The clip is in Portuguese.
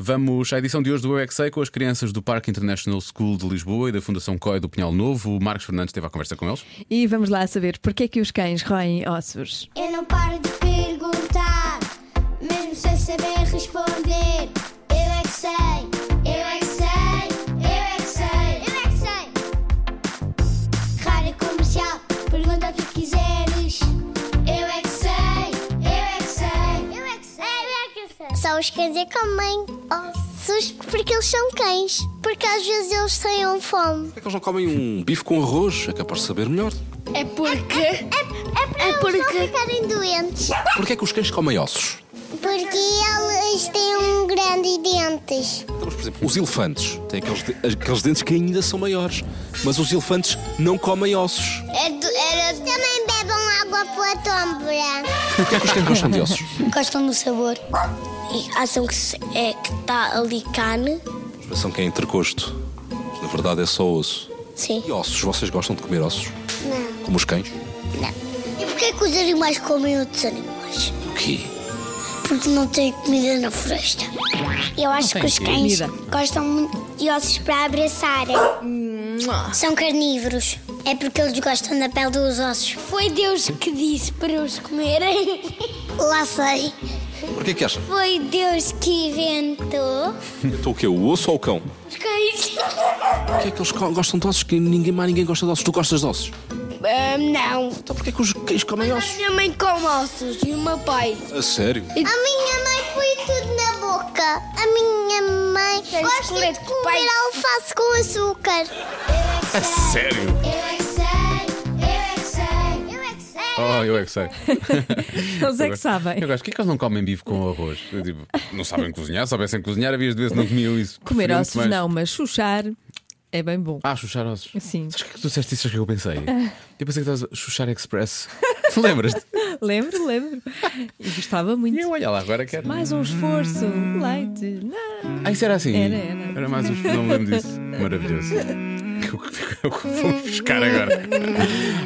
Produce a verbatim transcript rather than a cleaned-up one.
Vamos à edição de hoje do Eu é Que Sei com as crianças do Parque International School de Lisboa e da Fundação C O I do Pinhal Novo. O Marcos Fernandes esteve à conversa com eles. E vamos lá saber porque é que os cães roem ossos. Eu não paro de perguntar, mesmo sem saber responder. Eu é que sei, eu é que sei, eu é que sei, eu é que sei. Rádio Comercial, pergunta o que quiseres. Eu é que sei, eu é que sei, eu é que sei, eu é que sei. Só os cães é que comem ossos porque eles são cães. Porque às vezes eles têm fome. Por que é que eles não comem um bife com arroz? É capaz de saber melhor. É porque. É, é, é para É eles porque- não ficarem doentes. Por que é que os cães comem ossos? Porque eles têm um grande dentes. Então, mas, por exemplo, os elefantes têm aqueles, de- aqueles dentes que ainda são maiores. Mas os elefantes não comem ossos. É do, era... Também bebam água pela tombra. Por que é que os cães gostam de ossos? Gostam do sabor. E acham que se- é que está ali carne. Pensam que é entrecosto. Mas, na verdade é só osso. Sim. E ossos? Vocês gostam de comer ossos? Não. Como os cães? Não. E porquê que os animais comem outros animais? O quê? Porque não têm comida na floresta. Eu acho que os cães comida. gostam muito de ossos para abraçarem. São carnívoros. É porque eles gostam da pele dos ossos. Foi Deus que disse para os comerem. Lá sei. Porquê que acham? Foi Deus que inventou Então o quê? O osso ou o cão? os cães. Porquê é que eles co- gostam de ossos? Que ninguém mais ninguém gosta de ossos. Tu gostas de ossos? Ah, não. Então porquê é que os cães comem ossos? Minha mãe come ossos e o meu pai. A sério? A minha mãe põe tudo na boca. A minha mãe gosta de comer alface com açúcar. A sério? Eu é que sei, eu é que sei, eu é que sei. Oh, eu é que sei. Eles é que sabem. Eu gosto. Porquê que eles não comem bife com arroz? Eu, tipo, não sabem cozinhar, soubessem cozinhar, havias de ver se não comiam isso. Comer Preferiam ossos muito mais. não, mas chuchar é bem bom. Ah, chuchar ossos. Sim. Sabes o que é que tu disseste isso? Sabes o que é que eu pensei? Eu pensei que estavas a chuchar express. Lembras-te? Lembro, lembro. E gostava muito. E eu, olha lá, agora quero. Mais um esforço. Leite. Não. Ah, isso era assim? Era, era. Era mais um esforço, não me lembro disso. Maravilhoso. O que vou buscar agora?